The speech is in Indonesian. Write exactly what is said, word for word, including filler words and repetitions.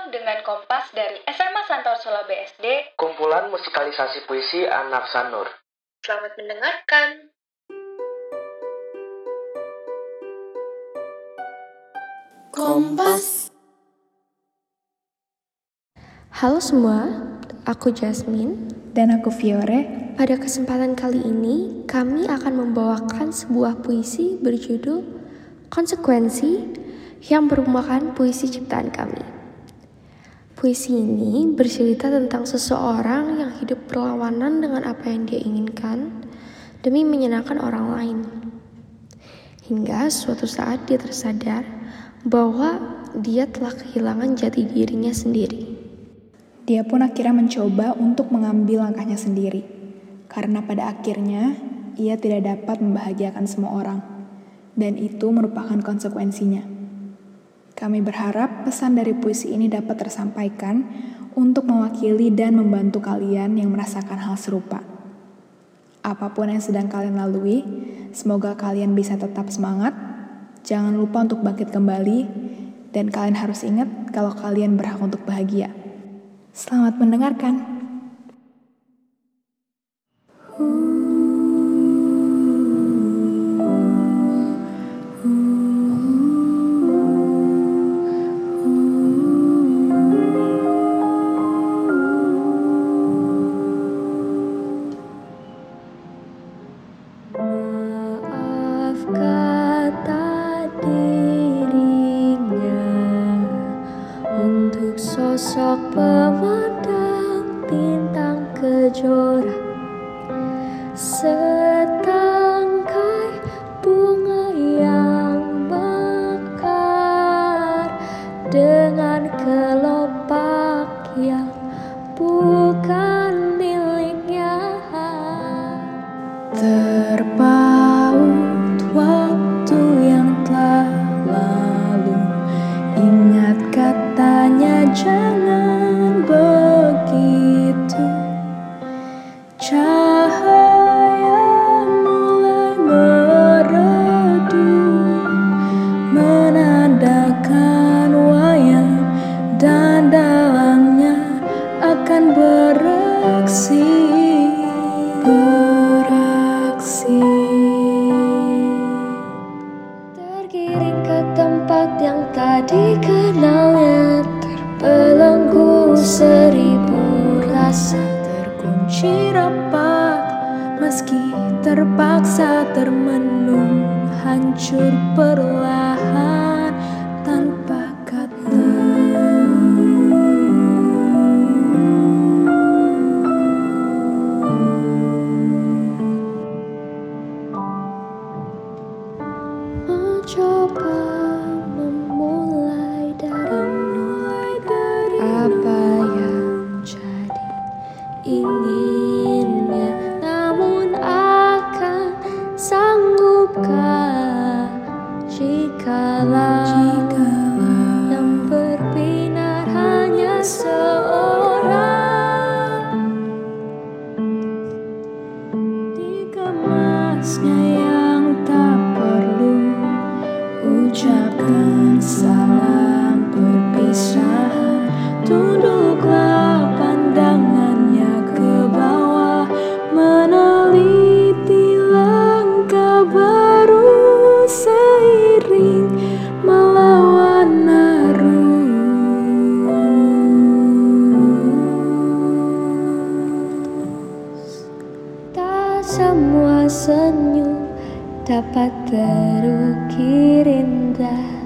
bareng dengan Kompas dari S M A Santor Solo B S D, kumpulan musikalisasi puisi anak Sanur. Selamat mendengarkan. Kompas. Halo semua, aku Jasmine dan aku Fiore. Pada kesempatan kali ini, kami akan membawakan sebuah puisi berjudul Konsekuensi yang merupakan puisi ciptaan kami. Puisi ini bercerita tentang seseorang yang hidup berlawanan dengan apa yang dia inginkan demi menyenangkan orang lain. Hingga suatu saat dia tersadar bahwa dia telah kehilangan jati dirinya sendiri. Dia pun akhirnya mencoba untuk mengambil langkahnya sendiri, karena pada akhirnya ia tidak dapat membahagiakan semua orang, dan itu merupakan konsekuensinya. Kami berharap pesan dari puisi ini dapat tersampaikan untuk mewakili dan membantu kalian yang merasakan hal serupa. Apapun yang sedang kalian lalui, semoga kalian bisa tetap semangat, jangan lupa untuk bangkit kembali, dan kalian harus ingat kalau kalian berhak untuk bahagia. Selamat mendengarkan. Maaf kata dirinya untuk sosok pemandang bintang kejora, setangkai bunga yang mekar dengan kelopak yang bukan miliknya. Terpaut waktu yang telah lalu, ingat katanya jangan begitu. Cahaya mulai meredup, menandakan wayang dan dalangnya akan beraksi. Tergiring ke tempat yang tak dikenalnya, terbelenggu seribu rasa, Terkunci rapat, meski terpaksa termenung, hancur perlahan tanpa kata. Mencoba memulai dari apa yang jadi inginnya, namun akan sanggupkah jikalau yang berbinar hanya seorang, Dikemasnya yang tak perlu, ucapkan salam perpisahan, tunduklah pandangannya ke bawah, meneliti langkah baru seiring melawan arus. Tak semua senyum dapat terukir indah.